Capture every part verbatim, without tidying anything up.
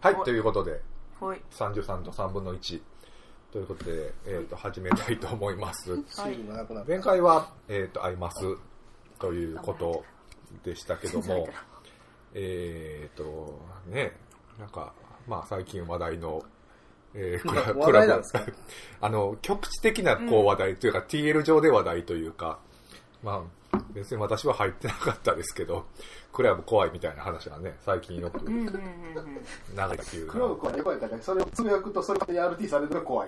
はい、ということで、 はい、 さんじゅうさんとさんぶんのいちということで、えーと、始めたいと思います。はい、前回は、えーと、会いますということでしたけども、えーと、ね、なんか、まあ最近話題の、えー、クラブ、 話題なんですかあの、局地的なこう話題、うん、というか ティーエル 上で話題というか、まあ、別に私は入ってなかったですけど、クラブ怖いみたいな話はね、最近よく流れてる。 クラブ怖い、怖いから、それをつぶやくとそれに アールティー されるのが怖い。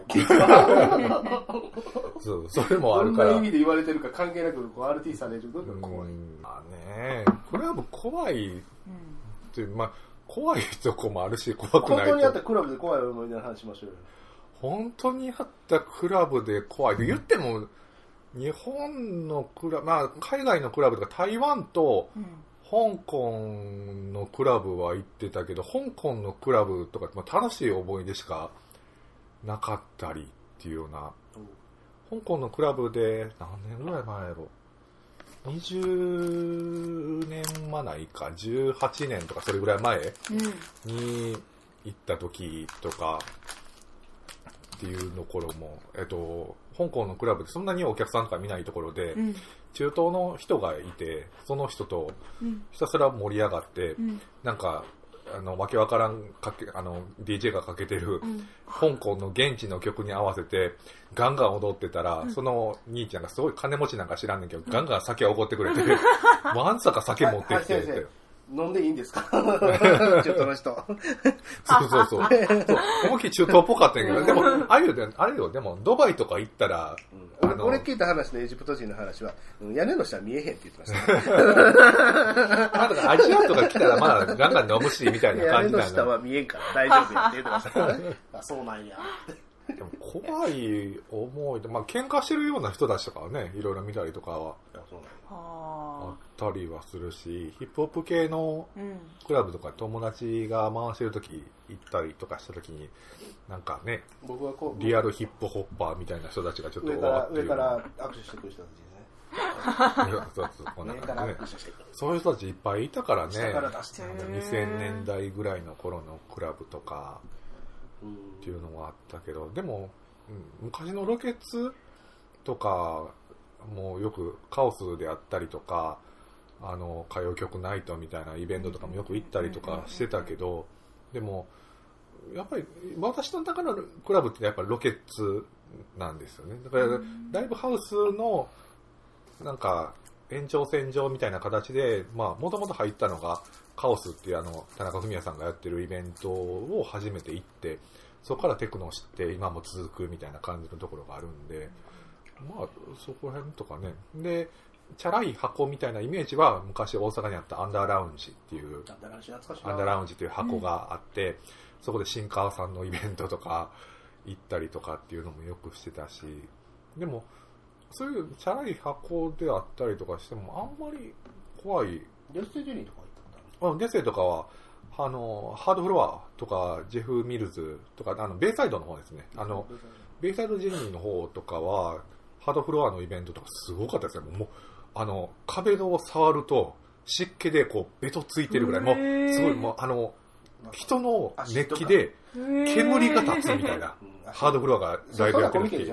そう、それもあるから。 どんな意味で言われてるか関係なく アールティー されるのが怖い。 まあね、クラブ怖いっていう、まあ、怖いとこもあるし、怖くないと。 本当にあったクラブで怖い思い出の話しましょうよ。 本当にあったクラブで怖い。言っても、日本のクラブ、まあ、海外のクラブとか台湾と香港のクラブは行ってたけど、香港のクラブとか、まあ、楽しい思い出しかなかったりっていうような、香港のクラブで何年ぐらい前やろにじゅうねんまないかじゅうはちねんとかそれぐらい前に行った時とかっていうところも、えっと香港のクラブでそんなにお客さんとか見ないところで、うん、中東の人がいて、その人とひたすら盛り上がって、うん、なんかあのわけわからんかけあの ディージェー がかけてる、うん、香港の現地の曲に合わせてガンガン踊ってたら、うん、その兄ちゃんがすごい金持ちなんか知らんねんけど、うん、ガンガン酒をおごってくれて、わんさか酒持ってきてって。 飲んでいいんですか中東の人。 そうそうそう。そう思いっきり中東っぽかったんやけど、でも、あれよ、あれよ、でも、ドバイとか行ったら、 うん、あの俺聞いた話のエジプト人の話は、屋根の下見えへんって言ってました、ね。 あとかアジアとか来たら、まだガンガン飲むし、みたいな感じなん屋根の下は見えんから大丈夫やって言ってましたからね。あ、そうなんや。 でも怖い思いで、まあ喧嘩してるような人たちとかはね、いろいろ見たりとかはあったりはするし、ヒップホップ系のクラブとか友達が回してるとき行ったりとかしたときに、なんかね、 僕はこうリアルヒップホッパーみたいな人たちがちょっと上から上から握手してくる人たちですね。 そうそうこうなんかね、そういう人たちいっぱいいたからね、にせんねんだいぐらいの頃のクラブとかっていうのもあったけど、でも、うん、昔のロケツとかもうよくカオスであったりとか、あの歌謡曲ナイトみたいなイベントとかもよく行ったりとかしてたけど、でもやっぱり私の中のクラブってやっぱりロケツなんですよね。だからライブハウスのなんか延長線上みたいな形で、まあもともと入ったのがカオスっていうあの田中文也さんがやってるイベントを初めて行って、そこからテクノを知って今も続くみたいな感じのところがあるんで、まあそこら辺とかね。でチャラい箱みたいなイメージは昔大阪にあったアンダーラウンジっていうアンダーラウンジっていう箱があって、うん、そこで新川さんのイベントとか行ったりとかっていうのもよくしてたし、でもそういうチャラい箱であったりとかしてもあんまり怖い。 デステジュニーとか行ったことある？デステとかはあのハードフロアとかジェフ・ミルズとかあのベイサイドの方ですね。あのベイサイドジェニーの方とかはハードフロアのイベントとかすごかったですね。もうあの壁を触ると湿気でこうベトついてるぐらい、もうすごいもうあの人の熱気で煙が立つみたいなハードフロアがライブやってるっていう。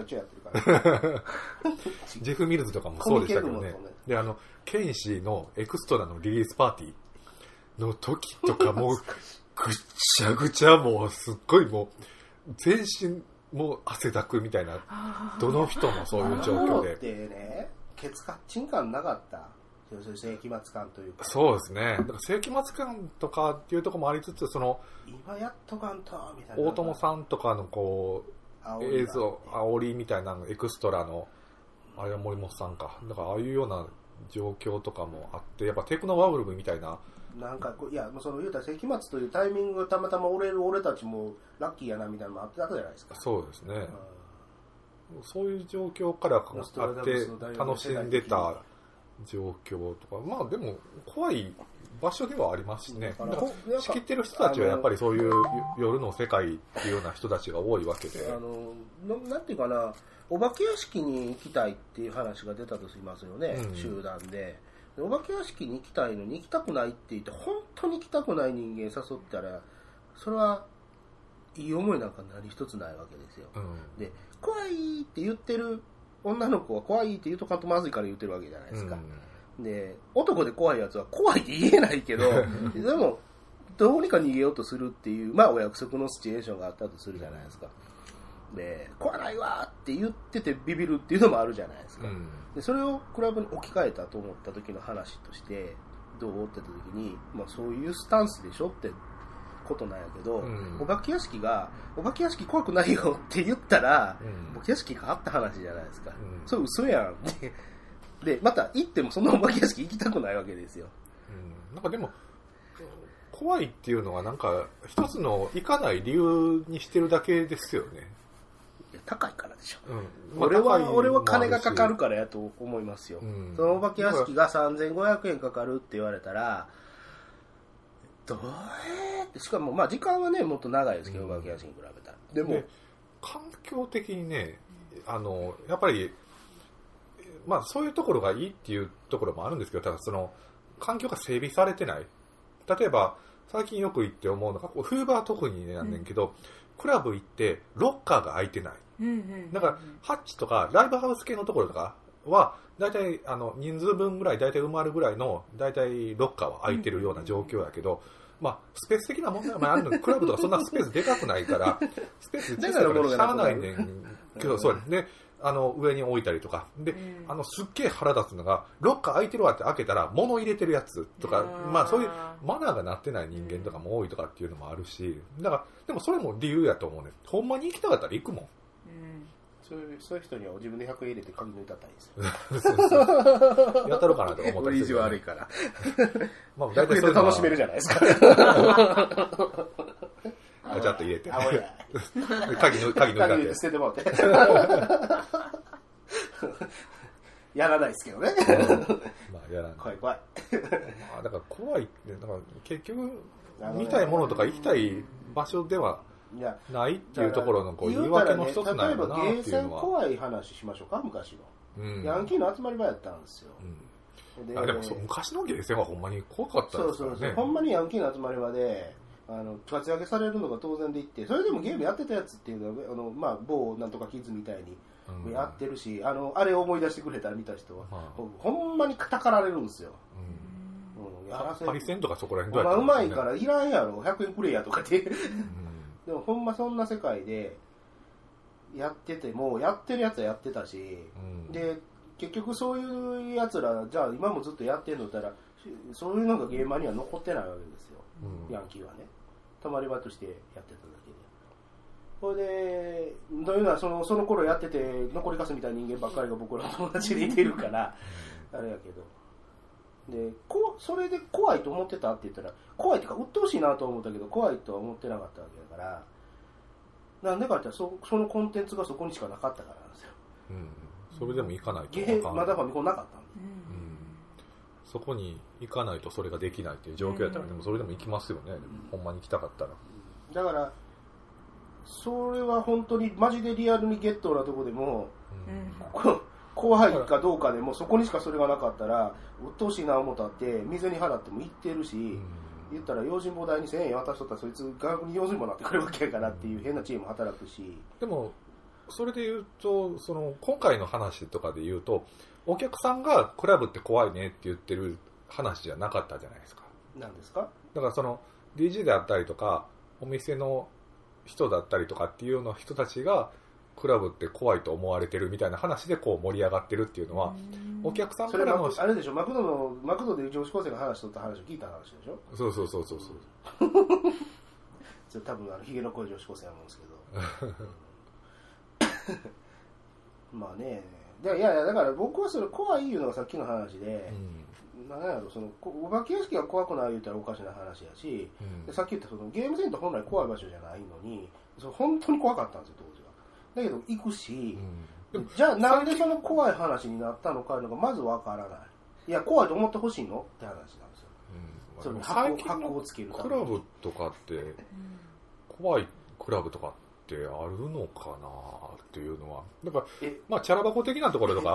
ジェフ・ミルズとかもそうでしたけどね。であのケンシーのエクストラのリリースパーティーの時とかもうぐっちゃぐちゃ、もうすっごいもう全身もう汗だくみたいな、どの人もそういう状況で。 ってね、ケツカッチン感なかった。要するに世紀末感というか。 そうですね。だから世紀末感とかっていうところもありつつ、その今やっとかんとみたいな。 大友さんとかのこう映像煽りみたいなのエクストラのあれは森本さんか。だからああいうような状況とかもあって、やっぱテクノバブルみたいな。 なんかいやその言うたら世紀末というタイミングがたまたま折れる俺たちもラッキーやなみたいなのもあったじゃないですか。 そうですね。うん、そういう状況からあって楽しんでた状況とか、まあでも怖い場所ではありますしね。だから仕切ってる人たちはやっぱりそういう夜の世界っていうような人たちが多いわけで。 あのなんていうかな、お化け屋敷に行きたいっていう話が出たとしますよね、うん、集団で。お化け屋敷に行きたいのに行きたくないって言って本当に行きたくない人間誘ったらそれはいい思いなんか何一つないわけですよ、 うん、で怖いって言ってる女の子は怖いって言うとかんとまずいから言ってるわけじゃないですか、うん、で男で怖いやつは怖いって言えないけどでもどうにか逃げようとするっていうまあお約束のシチュエーションがあったとするじゃないですか。で怖ないわって言っててビビるっていうのもあるじゃないですか、うん、でそれをクラブに置き換えたと思った時の話としてどうって言った時に、まあ、そういうスタンスでしょってことなんやけど、うん、お化け屋敷がお化け屋敷怖くないよって言ったら、うん、お化け屋敷があった話じゃないですか、うん、それ嘘やんってでまた行ってもそのお化け屋敷行きたくないわけですよ、 うん、なんかでも怖いっていうのはなんか一つの行かない理由にしてるだけですよね。 いや高いからでしょ、 うんまあ、俺は俺は金がかかるからやと思いますよ、うん、そのお化け屋敷がさんぜんごひゃくえんかかるって言われたらどうえーってしかもまあ時間はねもっと長いですけど、うん、お化け屋敷に比べたらでもで環境的にねあのやっぱりまあそういうところがいいっていうところもあるんですけどただその環境が整備されてない例えば最近よく行って思うのがこうフーバー特になんねんけど、うん、クラブ行ってロッカーが開いてない、うんうんうん、だからハッチとかライブハウス系のところとかはだいたいあの人数分ぐらいだいたい埋まるぐらいのだいたいロッカーは空いてるような状況やけど、まあスペース的な問題はあるのクラブとかそんなスペースでかくないからスペース小さいからしゃあないねんけどそうであの上に置いたりとかで、うん、あのすっげえ腹立つのがロッカー開いてるわって開けたら物入れてるやつとかまあそういうマナーがなってない人間とかも多いとかっていうのもあるしだからでもそれも理由やと思うねほんまに行きたかったら行くもん、うん、 そういう、そういう人には自分でひゃくえん入れて鍵抜いたったらいいですよそうそうやったろうかなと思ったりする、 ね、意地悪いからまあ大体そういうの楽しめるじゃないですかあちゃっと入れて鍵抜鍵抜いたって捨ててもらってやらないですけどね、うん、まあやらない怖い怖いまあだから怖いってだから結局見たいものとか行きたい場所ではないっていうところのこう言い訳の一つなんやろなっていうのは、ね、例えばゲーセン怖い話しましょうか昔の、うん、ヤンキーの集まり場やったんですよ、 うん、で, あでもそう昔のゲーセンはほんまに怖かったですからね。そうそうそうほんまにヤンキーの集まり場であの活躍されるのが当然でいってそれでもゲームやってたやつっていうのはあの、まあ、某なんとかキッズみたいにやってるし、うん、あのあれを思い出してくれた見た人は、うん、ほんまにたかられるんですよ、 うんうん、やらせハリセンとかそこら辺どうやったんですかね、まあ、うまいからいらんやろひゃくえんくれやとかって、うん、でもほんまそんな世界でやっててもやってるやつはやってたし、うん、で結局そういうやつらじゃあ今もずっとやってるのだったらそういうのがゲーマーには残ってないわけですよ、うん、ヤンキーはね泊まり場としてやってただけでそれでというのはその、その頃やってて残りかすみたいな人間ばっかりが僕らの友達でいてるからあれやけどでこそれで怖いと思ってたって言ったら怖いっていうか鬱陶しいなと思ったけど怖いとは思ってなかったわけだからなんでかって言ったら そ, そのコンテンツがそこにしかなかったからなんですよ、 うん、それでも行かないと分かんないまだファミコンなかったんで、うんうん、そこに行かないとそれができないっていう状況やったら、うん、でもそれでも行きますよね、うん、ほんまに行きたかったらだからそれは本当にマジでリアルにゲットなとこでも、うん、怖いかどうかでもそこにしかそれがなかったら鬱陶しいな思ったって水に払っても行ってるし、うん、言ったら用心棒代にせんえん渡しとったらそいつが用心棒になってくるわけやからっていう変なチーム働くしでもそれで言うとその今回の話とかで言うとお客さんがクラブって怖いねって言ってる話じゃなかったじゃないですか。 何ですか？ だからその ディージェー であったりとかお店の人だったりとかっていうような人たちがクラブって怖いと思われてるみたいな話でこう盛り上がってるっていうのはお客さんからのあれでしょマクドのマクドで女子高生が話しとった話を聞いた話でしょそうそうそうそうそうそれ多分あのヒゲの濃い女子高生なんですけどまあねいやいやだから僕はそれ怖いいうのがさっきの話で、うん、なんやろそのお化け屋敷が怖くない言うたらおかしな話やし、うん、でさっき言ったそのゲームセンター本来怖い場所じゃないのにそれ本当に怖かったんですよ当時は。だけど行くし、うん、じゃあなんでその怖い話になったのかいうのがまずわからない。いや怖いと思ってほしいのって話なんですよ、 うん、その最近のクラブとかって怖いクラブとかってあるのかなっていうのはだからまあチャラ箱的なところとか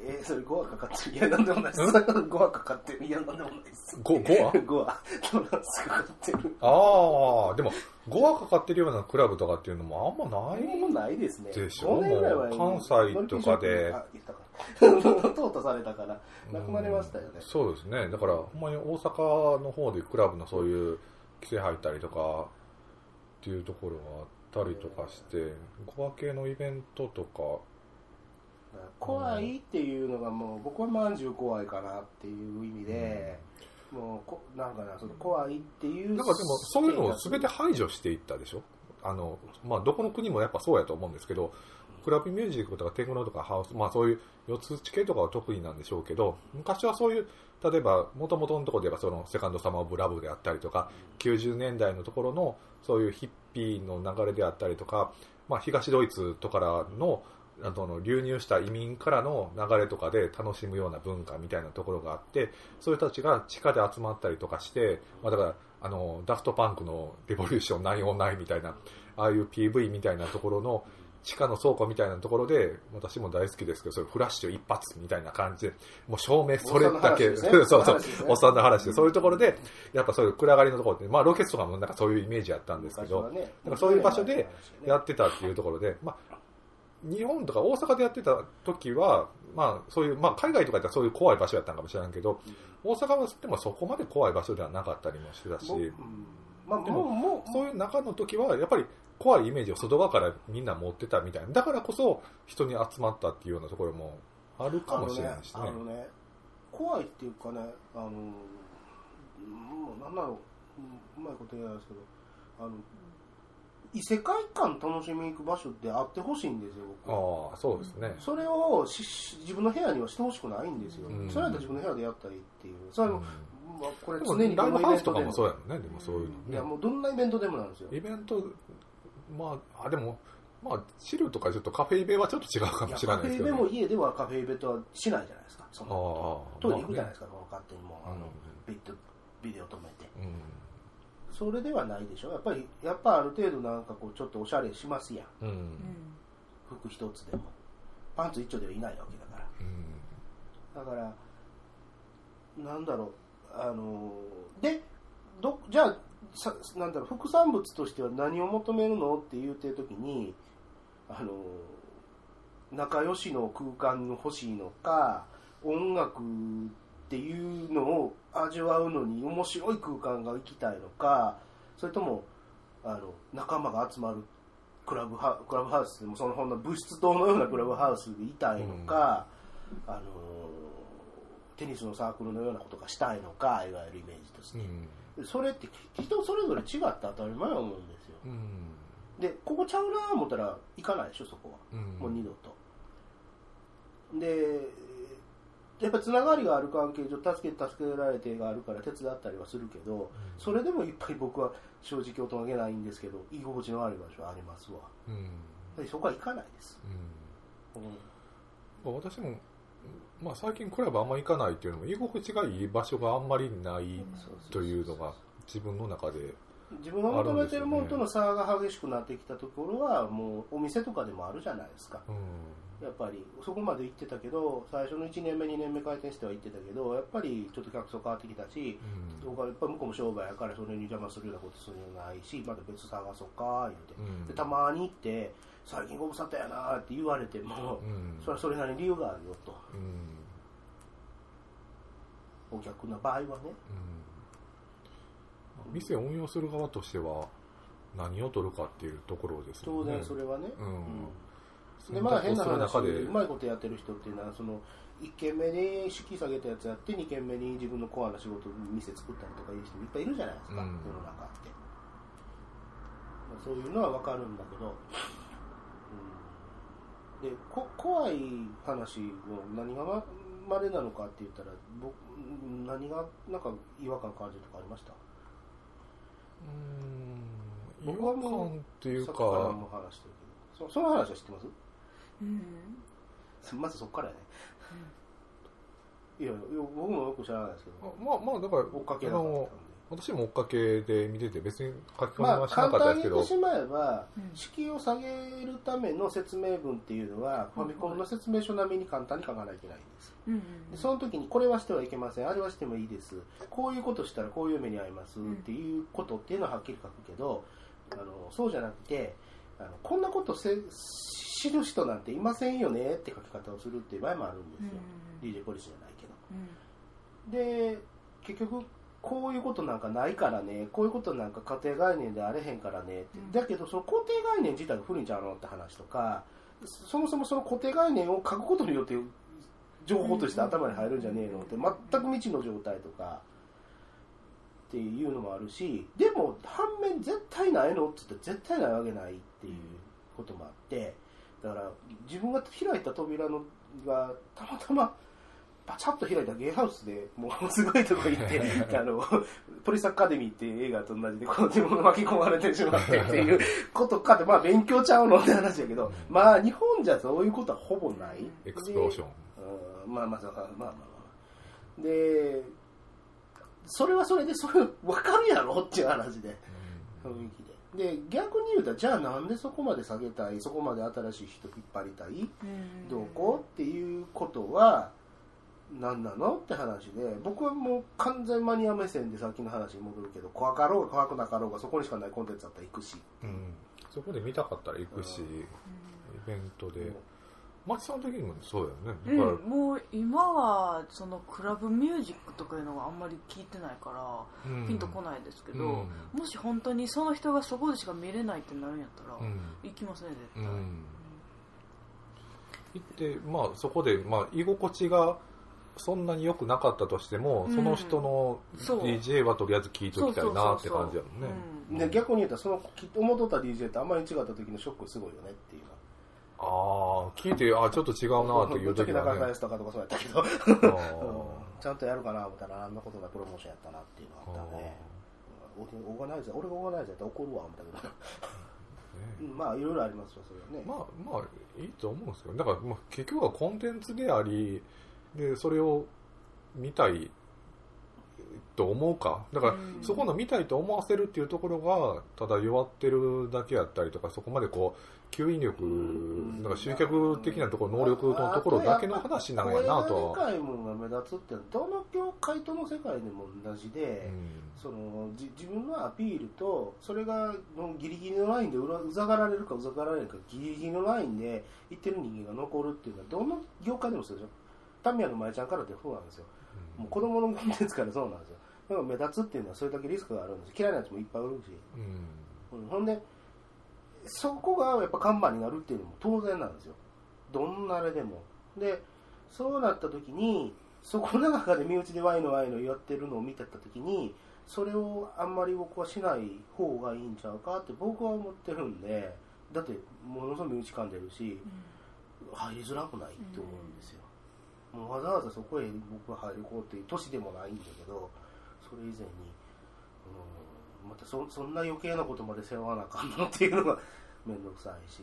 えー、それごわかかってる。いや、なんでもないです。ごわかかってる。いや、なんでもないです。 ご、ごわ ? ご わ。トランスかかってる。 ああ、でも、ごわかかってるようなクラブとかっていうのもあんまない。 もうないですね。 でしょ。もう関西とかで。 あ、言ったか。淘汰されたから、なくなりましたよね。 そうですね。だから、ほんまに大阪の方でクラブのそういう規制入ったりとかっていうところがあったりとかして、ごわ系のイベントとか、 怖いっていうのがもう僕はまんじゅう怖いかなっていう意味で、うん、もうこなんかなその怖いっていうだからでもそういうのを全て排除していったでしょ。あの、まあ、どこの国もやっぱそうやと思うんですけど、クラブミュージックとかテクノとかハウス、まあそういう四つ打ち系とかは特になんでしょうけど、昔はそういう例えば元々のところで言えばそのセカンドサマーオブラブであったりとか、きゅうじゅうねんだいのところのそういうヒッピーの流れであったりとか、まあ東ドイツとかのあの流入した移民からの流れとかで楽しむような文化みたいなところがあって、そういう人たちが地下で集まったりとかして、まあ、だからあのダフトパンクのレボリューションきゅうひゃくじゅうきゅうみたいな、ああいう ピーブイ みたいなところの地下の倉庫みたいなところで、私も大好きですけど、それフラッシュ一発みたいな感じで、もう照明それだけ、ね、そうそう、おっさんの話で、そういうところで、やっぱそういう暗がりのところで、まあロケットとかもなんかそういうイメージあったんですけど、ね、なんかそういう場所でやってたっていうところで、まあ日本とか大阪でやってた時は、まあそういう、まあ海外とかだったらそういう怖い場所やったんかもしれないけど、うん、大阪はでもそこまで怖い場所ではなかったりもしてたし、うん、まあでも、もうそういう中の時はやっぱり怖いイメージを外側からみんな持ってたみたいな、だからこそ人に集まったっていうようなところもあるかもしれないしね。 あのね、あのね怖いっていうかね、あの、もうなんだろう、うまいこと言えないですけど、あの、異世界観楽しみに行く場所ってあってほしいんですよ、僕は。ああ、そうですね。 それをし自分の部屋にはしてほしくないんですよ。うん、それだったら自分の部屋でやったりっていう。それは、うん、まあ、これ常にライブハウスとかもそうやもんね、でもそういうのね。 いや、もうどんなイベントでもなんですよ。 イベント、まあ、あ、でも、まあ、チルとかちょっとカフェイベはちょっと違うかもしれないですけど、ね。 カフェイベも家ではカフェイベとはしないじゃないですか。そのトイレ行くじゃないですか、まあね、勝手にもう、あの、ビッとビデオ止めて。うん、それではないでしょ。やっぱり、やっぱある程度なんかこう、ちょっとおしゃれしますやん。うん、服一つでも。パンツ一丁ではいないわけだから。うん、だから、なんだろう、あの、で、ど、じゃあ、さなんだろう、副産物としては何を求めるのって言うてるときに、あの、仲良しの空間が欲しいのか、音楽っていうのを味わうのに面白い空間が行きたいのか、それともあの仲間が集まるクラブハ、クラブハウスでもそのほんの物質棟のようなクラブハウスでいたいのか、うん、あのテニスのサークルのようなことがしたいのか、いわゆるイメージとして、うん、それって人それぞれ違って当たり前思うんですよ、うん、でここちゃうな思ったら行かないでしょ、そこは、うん、もう二度と。でやっぱりつながりがある関係上、助け助けられてがあるから手伝ったりはするけど、うん、それでもいっぱい僕は正直大人げないんですけど、居心地の悪い場所はありますわ、うん、でそこは行かないです、 うんうん、私も、まあ、最近クラブあんま行かないっていうのも居心地がいい場所があんまりないというのが自分の中で自分が求めてるものとの差が激しくなってきたところはもうお店とかでもあるじゃないですか、うん、やっぱりそこまで行ってたけど、最初のいちねんめにねんめ開店しては行ってたけど、やっぱりちょっと客層変わってきたし、うん、やっぱ向こうも商売やからそれに邪魔するようなことするのないし、また別探そうか言うて、うん、でたまに行って最近ご無沙汰やなって言われても、うん、それはそれなりに理由があるよと、うん、お客の場合はね、 うん、店を運用する側としては何を取るかっていうところですよね。 当然それはね、うん、でまあ変な話でうまいことやってる人っていうのは、そのいっけんめに敷居下げたやつやってにけんめに自分のコアな仕事店作ったりとかいう人もいっぱいいるじゃないですか、うん、世の中って。そういうのは分かるんだけど、うん、でこ怖い話の何がまれなのかって言ったら、僕何がなんか違和感感じるとかありました？ うーん、僕はもうっていうか、さっきからも話してるけど、そ, その話は知ってます？うん、まずそこからやね、うん、いやいや僕もよく知らないですけど、 まあまあだから追っかけなかったんで、 私も追っかけで見てて別に書き込みはしなかったですけど、 まあ、簡単に言ってしまえば、うん、敷居を下げるための説明文っていうのは、うん、ファミコンの説明書並みに簡単に書かないといけないんです、うんうんうん、でその時にこれはしてはいけません、あれはしてもいいです、こういうことしたらこういう目に遭いますっていうことっていうのははっきり書くけど、あのそうじゃなくて、あのこんなことせ知る人なんていませんよねって書き方をするっていう場合もあるんですよ、うんうん、ディージェー ポリシーじゃないけど、うん、で結局こういうことなんかないからね、こういうことなんか家庭概念であれへんからねって、うん、だけどその固定概念自体が古いんちゃうのって話とか、そもそもその固定概念を書くことによって情報として頭に入るんじゃねえのって全く未知の状態とかっていうのもあるし、でも反面絶対ないのって言ったら絶対ないわけないっていうこともあって、だから自分が開いた扉のがたまたまパチャッと開いたゲイハウスでもうすごいとこ行ってあのポリスアカデミーっていう映画と同じでこの自分が巻き込まれてしまってっていうことかって、まあ勉強ちゃうのって話だけど、まあ日本じゃそういうことはほぼない。 エクスプローション、 うん、まあまあまあまあまあでそれはそれでそれ分かるやろっていう話で、雰囲気で。で逆に言うとじゃあなんでそこまで下げたい、そこまで新しい人引っ張りたい、どうこうっていうことは何なのって話で、僕はもう完全マニア目線でさっきの話に戻るけど、怖かろうが怖くなかろうがそこにしかないコンテンツだったら行くし、 うん、そこで見たかったら行くし、うん、イベントで、うん、マチさん的にもそうだよね、 うん、もう今はそのクラブミュージックとかいうのがあんまり聞いてないから、うん、ピンとこないですけど、うん、もし本当にその人がそこでしか見れないってなるんやったら、うん、行きますね絶対、うん、 行ってまあそこで、まあ、居心地がそんなに良くなかったとしても、うん、その人の ディージェー はとりあえず聴いときたいなって感じだもんね、 うん、で逆に言ったらその思っとった ディージェー とあんまり違った時のショックすごいよねっていう。 ああ、聞いて、あちょっと違うなっていう時はね。 ぶっちゃけ中返すとかとかそうやったけど、うん、ちゃんとやるかな思ったらあんなことがプロモーションやったなっていうのがあったね。オーガナイザー、俺がオーガナイザーやったら怒るわ思ったけど、ね、まあいろいろありますよそれはね。 まあまあいいと思うんですけど、だから、まあ、結局はコンテンツであり、でそれを見たいと思うか、だからそこの見たいと思わせるっていうところがただ弱ってるだけやったりとか、そこまでこう吸引力、なんか集客的なところ、能力のところだけの話なんやなとは。 声がでかいものが目立つってどの業界との世界でも同じで、うん、そのじ自分のアピールとそれがギリギリのラインでうざがられるかうざがられるかギリギリのラインで言ってる人間が残るっていうのはどの業界でもそうでしょ。タミヤの舞ちゃんからってそうなんですよ、うん、もう子供のコンテンツからそうなんですよ。だから目立つっていうのはそれだけリスクがあるんです。嫌いなやつもいっぱいおるし、うんうん、ほんでそこがやっぱ看板になるっていうのも当然なんですよ、どんなあれでも。でそうなった時にそこの中で身内でワイのワイのやってるのを見てた時に、それをあんまり僕はしない方がいいんちゃうかって僕は思ってるんで、だってものすごい身内噛んでるし、うん、入りづらくないって思うんですよ、うん、もうわざわざそこへ僕が入りこうっていう年でもないんだけど、それ以前に、うん、また そ, そんな余計なことまで背負わなあかんのっていうのがめんどくさいし、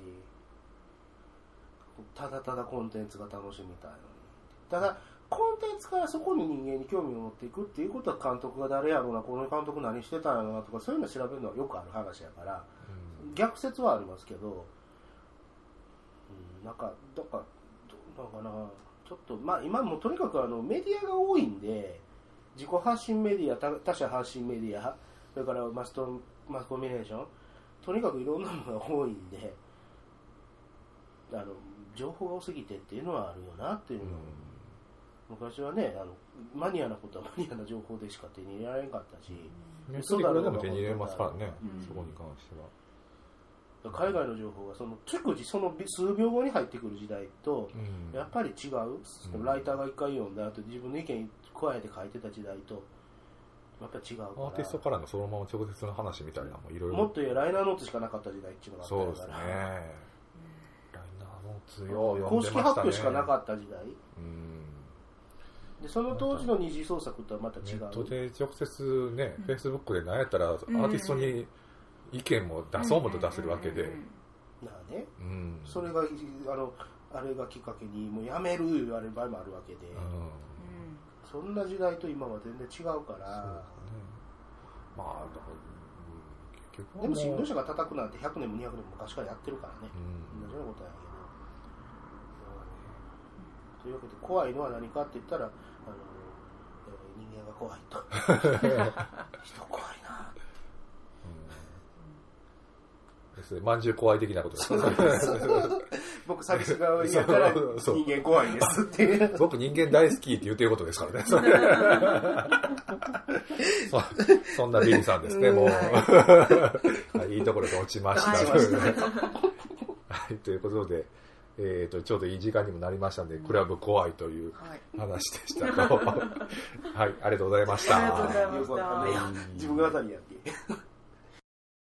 ただただコンテンツが楽しみたいのに、ただコンテンツからそこに人間に興味を持っていくっていうことは、監督が誰やろうな、この監督何してたんやろうなとか、そういうのを調べるのはよくある話やから、うん、逆説はありますけど、うん、なんかだからどうなんかな、ちょっとまあ今もとにかくあのメディアが多いんで、自己発信メディア、他者発信メディア、それからマストマスコミュニケーション、とにかくいろんなものが多いんで、あの情報が多すぎてっていうのはあるよなっていうのは、うん、昔はね、あのマニアなことはマニアな情報でしか手に入れられなかったし、 ネットでこれでも手に入れますからね、うん、そこに関しては。 海外の情報がその逐次その数秒後に入ってくる時代とやっぱり違う、うん、ライターが一回読んだ後自分の意見加えて書いてた時代とやっぱり違うから、 アーティストからのそのまま直接の話みたいなのもいろいろ、 もっと言えライナーノーツしかなかった時代っていうのがあったから、 そうですね、ライナーノーツよう読んでましたね、 公式発表しかなかった時代、うん、でその当時の二次創作とはまた違う、 ネットで直接ね、フェイスブックで何やったらアーティストに意見も出そうもと出せるわけで、 なあね、うん、それがあのあれがきっかけにもうやめる言われる場合もあるわけで、うん、そんな時代と今は全然違うから、 まあだから、 うん、結局でも新聞社が叩くなんてひゃくねんもにひゃくねんも昔からやってるからね、うん、同じようなことなんやけど、というわけで怖いのは何かって言ったら、あの、えー、人間が怖いと人怖いな、 うん、まんじゅう怖い的なことですね。 僕寂しがりやから人間怖いですって僕人間大好きって言ってることですからね。そ, そんなビリーさんですね、もう、はい、いいところで落ちました。はい、ということで、えーと、ちょうどいい時間にもなりましたので、クラブ怖いという話でしたと。はい、ありがとうございました。 ありがとうございました。 自分が当たりやって。